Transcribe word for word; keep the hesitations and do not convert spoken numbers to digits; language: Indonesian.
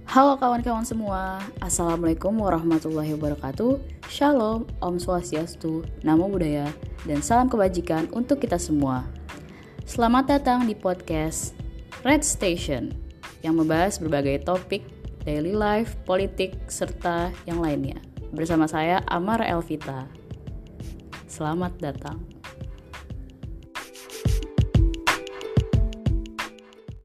Halo kawan-kawan semua, Assalamualaikum warahmatullahi wabarakatuh. Shalom, Om Swastiastu, Namo Buddhaya, dan salam kebajikan untuk kita semua. Selamat datang di podcast Red Station yang membahas berbagai topik, daily life, politik, serta yang lainnya. Bersama saya Amar Elvita. Selamat datang.